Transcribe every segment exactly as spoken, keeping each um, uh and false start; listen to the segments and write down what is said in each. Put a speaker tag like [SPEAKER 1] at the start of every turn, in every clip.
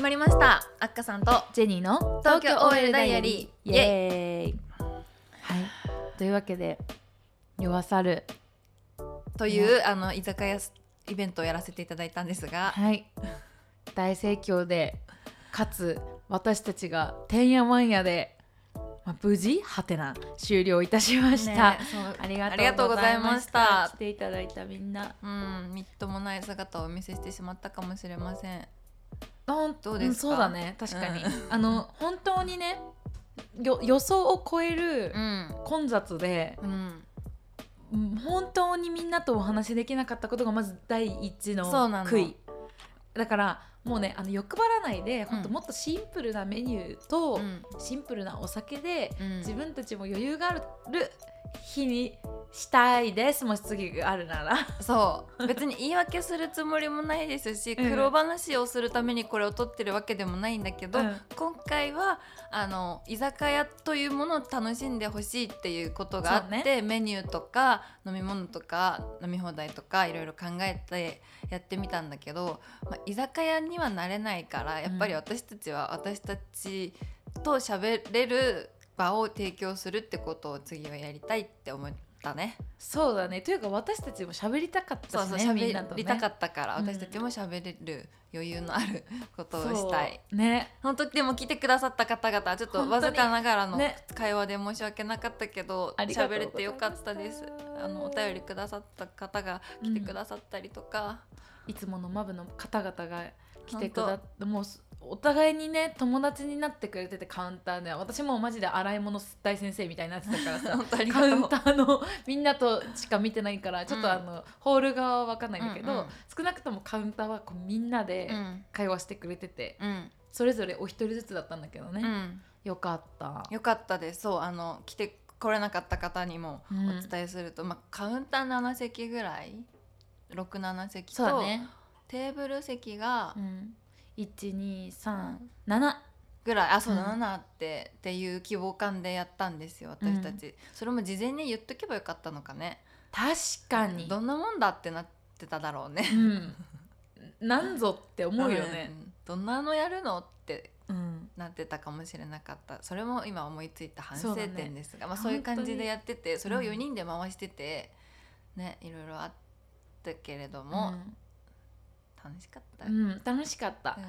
[SPEAKER 1] まりました。あっかさんと
[SPEAKER 2] ジェニーの
[SPEAKER 1] 東京 オーエル ダイアリー、
[SPEAKER 2] イエーイ。はい、というわけで弱さる
[SPEAKER 1] というあの居酒屋イベントをやらせていただいたんですが、
[SPEAKER 2] はい、大盛況でかつ私たちがてんやわんやで、まあ、無事はてな終了いたしました、
[SPEAKER 1] ね、
[SPEAKER 2] ありがとうございました。
[SPEAKER 1] ありがとうございました。
[SPEAKER 2] 来ていただいたみんな、
[SPEAKER 1] うん、みっともない姿をお見せしてしまったかもしれません。
[SPEAKER 2] どうですか？うん、そうだね、確かに、
[SPEAKER 1] うん、
[SPEAKER 2] あの本当にね予想を超える混雑で、うんうん、本当にみんなとお話できなかったことがまず第一の悔いだから、もうね、あの欲張らないで、うん、本当もっとシンプルなメニューと、うん、シンプルなお酒で、うん、自分たちも余裕がある日にしたいです。もし次があるなら
[SPEAKER 1] そう別に言い訳するつもりもないですし、うん、黒話をするためにこれを撮ってるわけでもないんだけど、うん、今回はあの居酒屋というものを楽しんでほしいっていうことがあって、ね、メニューとか飲み物とか飲み放題とかいろいろ考えてやってみたんだけど、まあ、居酒屋にはなれないからやっぱり私たちは私たちと喋れる場を提供するってことを次はやりたいって思ったね。
[SPEAKER 2] そうだね、というか私たちも喋りたかったしね。
[SPEAKER 1] そうそう、喋りたかったから、ね、私たちも喋れる余裕のあることをしたい、
[SPEAKER 2] ね、
[SPEAKER 1] 本当でも来てくださった方々ちょっとわずかながらの会話で申し訳なかったけど、ね、喋れてよかったです。あのお便りくださった方が来てくださったりとか、
[SPEAKER 2] うん、いつものマブの方々が来てくだって、もうお互いにね友達になってくれてて、カウンターで私もマジで洗い物大先生みたいになってたからさカウンターのみんなとしか見てないからちょっとあの、うん、ホール側は分かんないんだけど、うんうん、少なくともカウンターはこうみんなで会話してくれてて、うん、それぞれお一人ずつだったんだけどね、うん、よかった
[SPEAKER 1] よかったです。そう、あの来て来れなかった方にもお伝えすると、うん、まあ、カウンターなな席ぐらいろく、なな席と、ね、テーブル席が、うん、
[SPEAKER 2] いち、に、さん、なな
[SPEAKER 1] ぐらい、あ、そう、うん、ななって、っていう希望感でやったんですよ私たち、うん、それも事前に言っとけばよかったのかね。
[SPEAKER 2] 確かに
[SPEAKER 1] どんなもんだってなってただろうね、
[SPEAKER 2] うん、なんぞって思うよね、
[SPEAKER 1] うん、どんなのやるのってなってたかもしれなかった。それも今思いついた反省点ですが、そう、ね、まあ、そういう感じでやってて、それをよにんで回してて、うん、ね、いろいろあったけれども、うん、楽しかった、
[SPEAKER 2] うん、楽しかった、うん、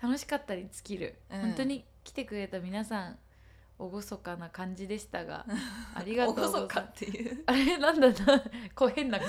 [SPEAKER 2] 楽しかったに尽きる、うん、本当に来てくれた皆さん厳かな感じでしたがありがとうございます。
[SPEAKER 1] 厳かっていう
[SPEAKER 2] あれなんだな、こう変な厳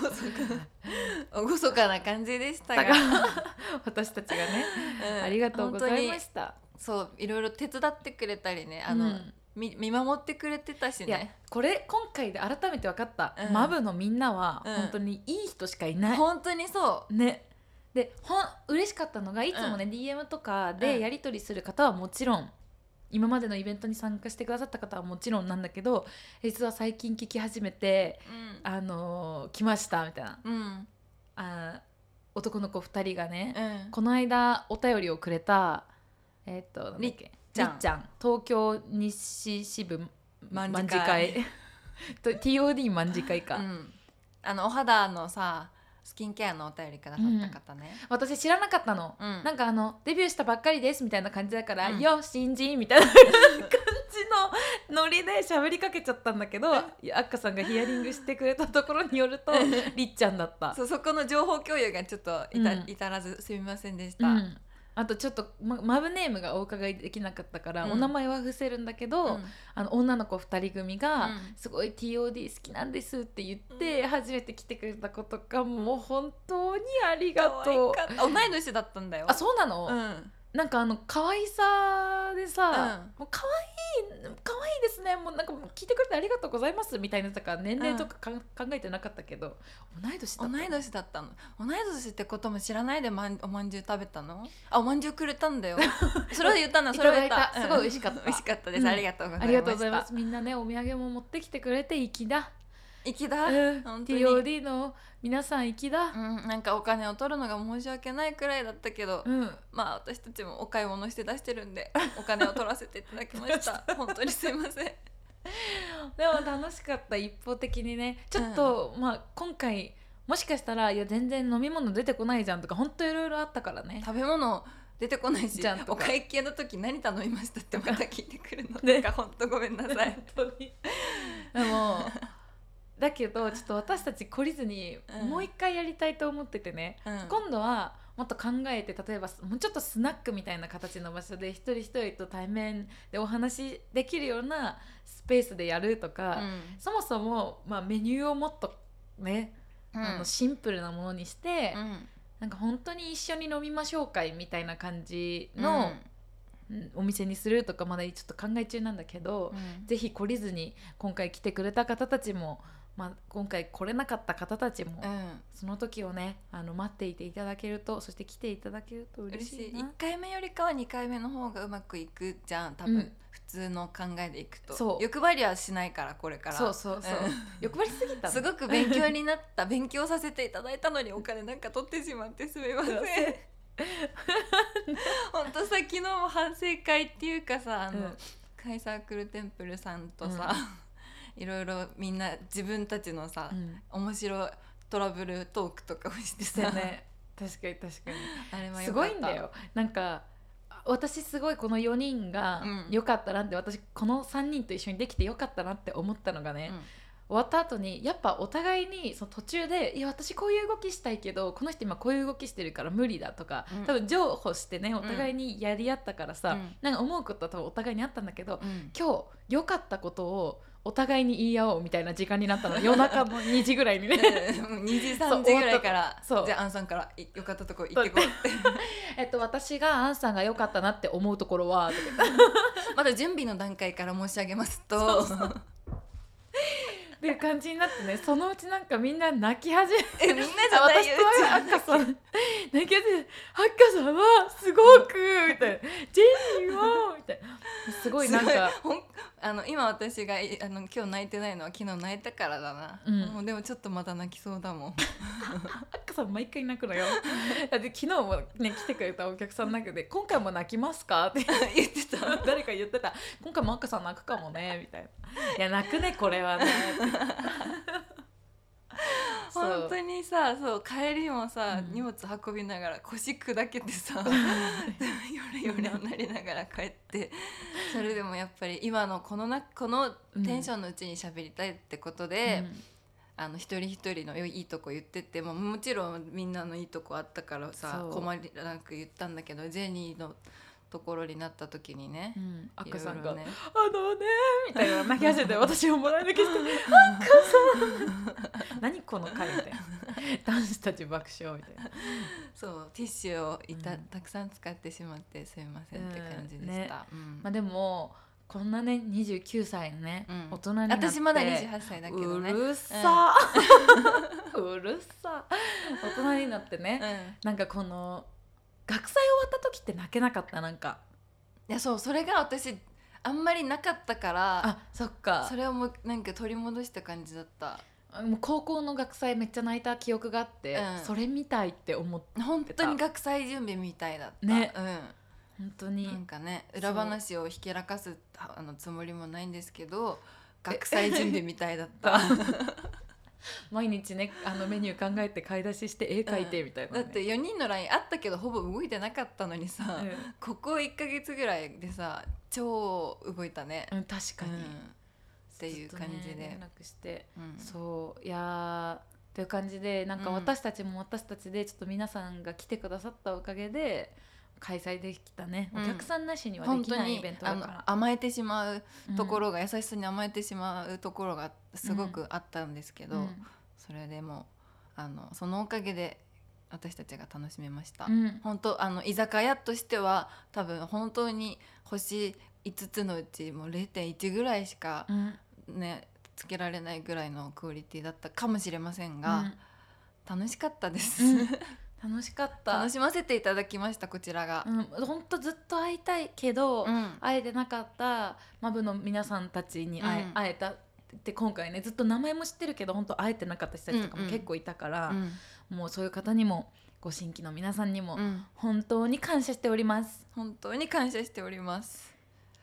[SPEAKER 1] かな感じでしたが
[SPEAKER 2] 私たちがね、うん、ありがとうございました。
[SPEAKER 1] そう、いろいろ手伝ってくれたりね、あの、うん、見, 見守ってくれてたしね。
[SPEAKER 2] いやこれ今回で改めて分かった、うん、マブのみんなは本当にいい人しかいない、うん、
[SPEAKER 1] 本当にそう
[SPEAKER 2] ね。でほん嬉しかったのがいつもね、うん、ディーエム とかでやり取りする方はもちろん、今までのイベントに参加してくださった方はもちろんなんだけど、実は最近聞き始めて、うん、あのー、来ましたみたいな、うん、あ男の子ふたりがね、うん、この間お便りをくれた、えー、っと
[SPEAKER 1] りっ
[SPEAKER 2] ちゃん、ちゃん東京西支部卍会ティーオーディー 卍会か、うん、
[SPEAKER 1] あのお肌のさスキンケアのお便りくださった方ね、
[SPEAKER 2] うん、私知らなかったの、うん、なんかあのデビューしたばっかりですみたいな感じだから、うん、よ新人みたいな感じのノリで喋りかけちゃったんだけどあっかさんがヒアリングしてくれたところによるとりっちゃんだった。
[SPEAKER 1] そう、そこの情報共有がちょっとい た,、うん、至らずすみませんでした、うん、
[SPEAKER 2] あとちょっと、ま、マブネームがお伺いできなかったから、うん、お名前は伏せるんだけど、うん、あの女の子ふたり組が、うん、すごい ティーオーディー 好きなんですって言って、うん、初めて来てくれたことがもう本当にありがとう。
[SPEAKER 1] 同い年だったんだよ。
[SPEAKER 2] あ、そうなの、うん、なんかあの可愛さでさ、うん、もう可愛い可愛いですね、もうなんか聞いてくれてありがとうございますみたいな、だから年齢とかか、うん、考えてなかったけど同い年だったの。
[SPEAKER 1] 同い年だったの。同い年ってことも知らないでまんおまんじゅう食べたの？あ、おまんじゅうくれたんだよそれを言ったの。それを言った。
[SPEAKER 2] すごい美味しかった、うん、
[SPEAKER 1] 美味しかったです、うん、ありがとうございました。
[SPEAKER 2] ありがとうございます。みんなね、お土産も持ってきてくれて粋だ
[SPEAKER 1] 粋だ、うん、
[SPEAKER 2] ティーオーディー の皆さん粋だ、
[SPEAKER 1] うん、なんかお金を取るのが申し訳ないくらいだったけど、うん、まあ私たちもお買い物して出してるんでお金を取らせていただきました本当にすいません
[SPEAKER 2] でも楽しかった。一方的にねちょっと、うん、まあ今回もしかしたらいや全然飲み物出てこないじゃんとか本当いろいろあったからね。
[SPEAKER 1] 食べ物出てこないし、お会計の時何頼みましたってまた聞いてくるのとか、ほんとごめんなさい
[SPEAKER 2] 本当にでもだけどちょっと私たち懲りずにもう一回やりたいと思っててね、うん、今度はもっと考えて、例えばもうちょっとスナックみたいな形の場所で一人一人と対面でお話できるようなスペースでやるとか、うん、そもそも、まあ、メニューをもっとね、うん、あのシンプルなものにして、うん、なんか本当に一緒に飲みましょう会みたいな感じの、うん、お店にするとかまだちょっと考え中なんだけど、うん、ぜひ懲りずに今回来てくれた方たちも、まあ、今回来れなかった方たちも、うん、その時をねあの待っていていただけると、そして来ていただけると嬉しいな。
[SPEAKER 1] いっかいめよりかはにかいめの方がうまくいくじゃん多分、うん、普通の考えでいくと。そう欲張りはしないからこれから。
[SPEAKER 2] そうそうそう、うん、欲張りすぎた
[SPEAKER 1] すごく勉強になった勉強させていただいたのにお金なんか取ってしまってすみません本当さ昨日も反省会っていうかさあの、うん、カイサークルテンプルさんとさ、うん、いろいろみんな自分たちのさ、うん、面白いトラブルトークとかをしてさ、
[SPEAKER 2] ね、確かに確かにあれもよかった。すごいんだよ。なんか私すごいこのよにんが良かったなって、うん、私このさんにんと一緒にできて良かったなって思ったのがね、うん終わった後にやっぱお互いにその途中でいや私こういう動きしたいけどこの人今こういう動きしてるから無理だとか、うん、多分譲歩してねお互いにやり合ったからさ、うん、なんか思うことは多分お互いにあったんだけど、うん、今日良かったことをお互いに言い合おうみたいな時間になったの夜中のにじぐらいにね
[SPEAKER 1] にじさんじぐらいからじゃあアンさんから良かったところ言ってこうって
[SPEAKER 2] えっと私がアンさんが良かったなって思うところは
[SPEAKER 1] まだ準備の段階から申し上げますと
[SPEAKER 2] そうそうっていう感じになってね、そのうちなんかみんな泣き始めて
[SPEAKER 1] えみんなじゃない
[SPEAKER 2] 私とアッカさん泣き始めてアッカさんはすごくみたいなジェニーはみたいなすごいなんか
[SPEAKER 1] あの今私があの今日泣いてないのは昨日泣いたからだな、うん、もうでもちょっとまた泣きそうだもんアッ
[SPEAKER 2] カさん毎回泣くのよだって昨日もね来てくれたお客さんの中で今回も泣きますかって
[SPEAKER 1] 言ってた
[SPEAKER 2] 誰か言ってた今回もアッカさん泣くかもねみたいないや泣くねこれはね
[SPEAKER 1] 本当にさそう帰りもさ、うん、荷物運びながら腰砕けてさヨレヨレになりながら帰ってそれでもやっぱり今のこのなこのテンションのうちに喋りたいってことで、うん、あの一人一人のいいとこ言ってってももちろんみんなのいいとこあったからさ困りなく言ったんだけどジェニーのところになった時にね、うん、
[SPEAKER 2] 赤さんが、ね、あのねみたいな泣き始めて私をもらい泣きして赤さん何この回みたいな男子たち爆笑みたいな
[SPEAKER 1] そうティッシュをいた、うん、たくさん使ってしまってすいませんって感じでした、うんねうん
[SPEAKER 2] まあ、でもこんなねにじゅうきゅうさいのね、うん、大人になって
[SPEAKER 1] 私まだにじゅうはっさいだけどね
[SPEAKER 2] うるさ、うん、うるさ大人になってね、うん、なんかこの学祭終わった時って泣けなかった。なんか
[SPEAKER 1] いやそうそれが私あんまりなかったから
[SPEAKER 2] あそっか
[SPEAKER 1] それをもうなんか取り戻した感じだった。
[SPEAKER 2] もう高校の学祭めっちゃ泣いた記憶があって、うん、それみたいって思ってた。
[SPEAKER 1] 本当に学祭準備みたいだった
[SPEAKER 2] ね、
[SPEAKER 1] うん、
[SPEAKER 2] 本当に
[SPEAKER 1] なんかね裏話をひけらかすあのつもりもないんですけど学祭準備みたいだった
[SPEAKER 2] 毎日ねあのメニュー考えて買い出しして絵描いてみたいな、ね
[SPEAKER 1] うん、だってよにんのラインあったけどほぼ動いてなかったのにさ、うん、ここいっかげつぐらいでさ超動いたね、
[SPEAKER 2] うん、確かに、うん、
[SPEAKER 1] っていう感じで、ね、
[SPEAKER 2] 連絡して、うん、そういやという感じでなんか私たちも私たちでちょっと皆さんが来てくださったおかげで開催できたね、お客さんなしにはできないイベントだから、
[SPEAKER 1] うん、甘えてしまうところが、うん、優しさに甘えてしまうところがすごくあったんですけど、うん、それでもあのそのおかげで私たちが楽しめました、うん、本当あの居酒屋としては多分本当に星いつつのうちもう れいてんいち ぐらいしか、ねうん、つけられないぐらいのクオリティだったかもしれませんが、うん、楽しかったです、うん
[SPEAKER 2] 楽しかった
[SPEAKER 1] 楽しませていただきましたこちらが、
[SPEAKER 2] うん、ほんとずっと会いたいけど、うん、会えてなかったマブの皆さんたちに会え、うん、会えたって今回ねずっと名前も知ってるけど本当会えてなかった人たちとかも結構いたから、うんうん、もうそういう方にもご新規の皆さんにも本当に感謝しております、
[SPEAKER 1] 本当に感謝しております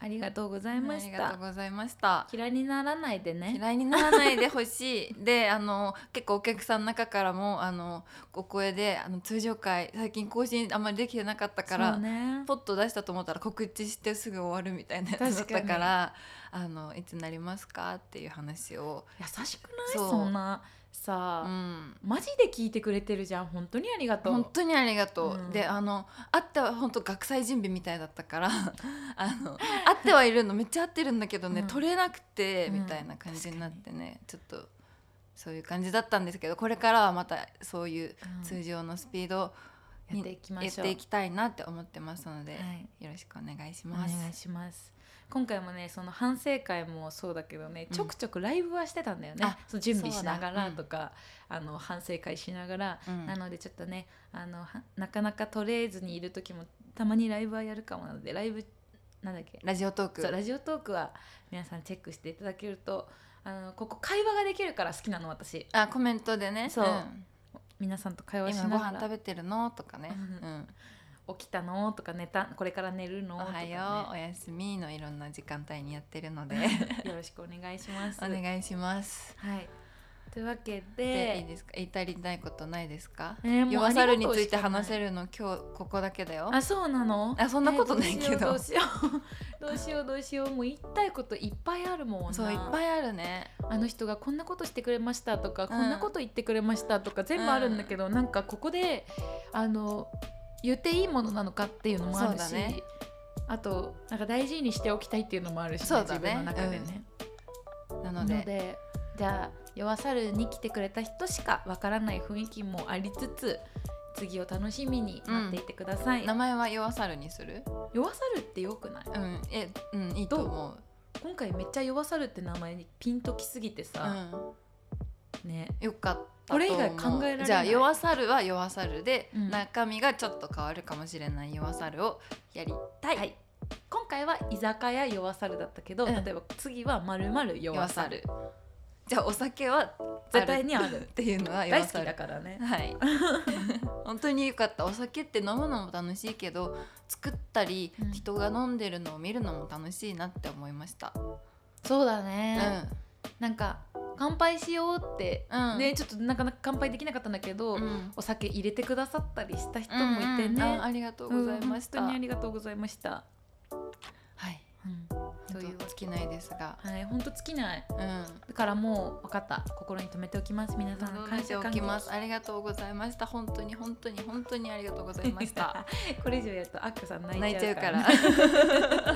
[SPEAKER 2] ありがとうございました。
[SPEAKER 1] ありがとうございました。
[SPEAKER 2] 嫌いにならないでね。
[SPEAKER 1] 嫌いにならないでほしいで、あの結構お客さんの中からもあのお声であの通常回最近更新あんまりできてなかったから、ね、ポッと出したと思ったら告知してすぐ終わるみたいなやつだったから、あのいつなりますかっていう話を。
[SPEAKER 2] 優しくない？ そ, そんなさあ、うん、マジで聞いてくれてるじゃん。本当にありがとう。
[SPEAKER 1] 本当にありがとう、うん、であの会っては本当学祭準備みたいだったからあの会ってはいるのめっちゃ会ってるんだけどね、うん、取れなくてみたいな感じになってね、うん、ちょっとそういう感じだったんですけど、これからはまたそういう通常のスピードに、うん、やっていきましょう。やっていきたいなって思ってますので、はい、よろしくお願いします。
[SPEAKER 2] お願いします。今回もねその反省会もそうだけどね、ちょくちょくライブはしてたんだよね、うん、その準備しながらとか、うん、あの反省会しながら、うん、なのでちょっとねあのなかなか取れずにいる時もたまにライブはやるかもなので、ライブなんだっけ
[SPEAKER 1] ラジオトーク
[SPEAKER 2] そうラジオトークは皆さんチェックしていただけると、あのここ会話ができるから好きなの私。
[SPEAKER 1] あコメントでね、
[SPEAKER 2] そう、うん、皆さんと会話しながら
[SPEAKER 1] 今ご飯食べてるのとかね、うん
[SPEAKER 2] 起きたのとか寝たこれから寝るのとか、ね、
[SPEAKER 1] おはようおやすみのいろんな時間帯にやってるのでよ
[SPEAKER 2] ろしくお願いします。
[SPEAKER 1] お願いします。
[SPEAKER 2] はい、というわけで、
[SPEAKER 1] でいいですか、言い足りないことないですか？えー、ヨワサルについて話せるの今日ここだけだよ。
[SPEAKER 2] あそうなの？
[SPEAKER 1] あそんなことないけど、
[SPEAKER 2] どうしようどうしようどうしようもう言いたいこといっぱいあるもんな。
[SPEAKER 1] そういっぱいあるね。
[SPEAKER 2] あの人がこんなことしてくれましたとか、うん、こんなこと言ってくれましたとか全部あるんだけど、うん、なんかここであの言っていいものなのかっていうのもあるし、ね、あとなんか大事にしておきたいっていうのもあるし、ね、
[SPEAKER 1] そうだね、
[SPEAKER 2] 自分の中でね、うん、なので、なのでじゃあヨワサルに来てくれた人しかわからない雰囲気もありつつ、次を楽しみに待っていてください、
[SPEAKER 1] うん、名前はヨワサルにする？
[SPEAKER 2] ヨワサルってよくない？
[SPEAKER 1] うんえうんいいと思う。
[SPEAKER 2] 今回めっちゃヨワサルって名前にピンときすぎてさ、うん、ね
[SPEAKER 1] よかった
[SPEAKER 2] これ以外考えられない。
[SPEAKER 1] じゃあヨワサルはヨワサルで、うん、中身がちょっと変わるかもしれないヨワサルをやりたい、はい、
[SPEAKER 2] 今回は居酒屋ヨワサルだったけど、うん、例えば次は〇〇ヨワサル。
[SPEAKER 1] じゃあお酒は
[SPEAKER 2] 絶対にある
[SPEAKER 1] っていうのは
[SPEAKER 2] 大好きだからね。
[SPEAKER 1] はい本当によかった。お酒って飲むのも楽しいけど作ったり、うん、人が飲んでるのを見るのも楽しいなって思いました。
[SPEAKER 2] そうだね、うん、なんか乾杯しようって、うんね、ちょっとなかなか乾杯できなかったんだけど、うん、お酒入れてくださったりした人もいてね、うんうん、
[SPEAKER 1] あ, ありがとうございました、
[SPEAKER 2] うん、本当にありがとうございました。
[SPEAKER 1] はい、うん、という尽きないですが、
[SPEAKER 2] はい、本当尽きない、うん、だからもう分かった、心に留めておきます。皆さん
[SPEAKER 1] 感謝感激ます。ありがとうございました。本当に本当に本当にありがとうございました
[SPEAKER 2] これ以上やるとアックさん泣いちゃうから、
[SPEAKER 1] 泣いちゃうから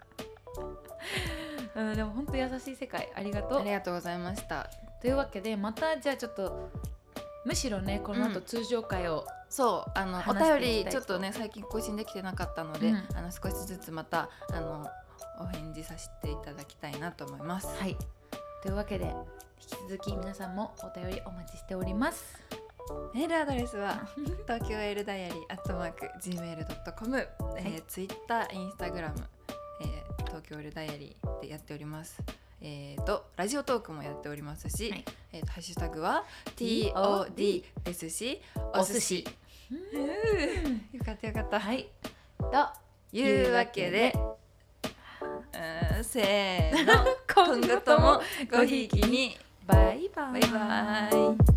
[SPEAKER 2] うん、でも本当優しい世界ありがとう。
[SPEAKER 1] ありがとうございました。
[SPEAKER 2] というわけでまたじゃあちょっとむしろねこの後通常会を、うん、
[SPEAKER 1] そうあのお便りちょっとね最近更新できてなかったので、うん、あの少しずつまたあのお返事させていただきたいなと思います。
[SPEAKER 2] はい、というわけで引き続き皆さんもお便りお待ちしております。
[SPEAKER 1] メールアドレスは東京エルダイアリーアットマーク ジーメールドットコム、えー、ツイッター、インスタグラム、えー、東京エルダイアリーでやっております。えー、とラジオトークもやっておりますし、はい、えー、とハッシュタグは ティーオーディー ですしお寿司よかったよかった、
[SPEAKER 2] はい、
[SPEAKER 1] というわけでうんせーの今後ともごひいきに
[SPEAKER 2] バイバイ
[SPEAKER 1] バイバイ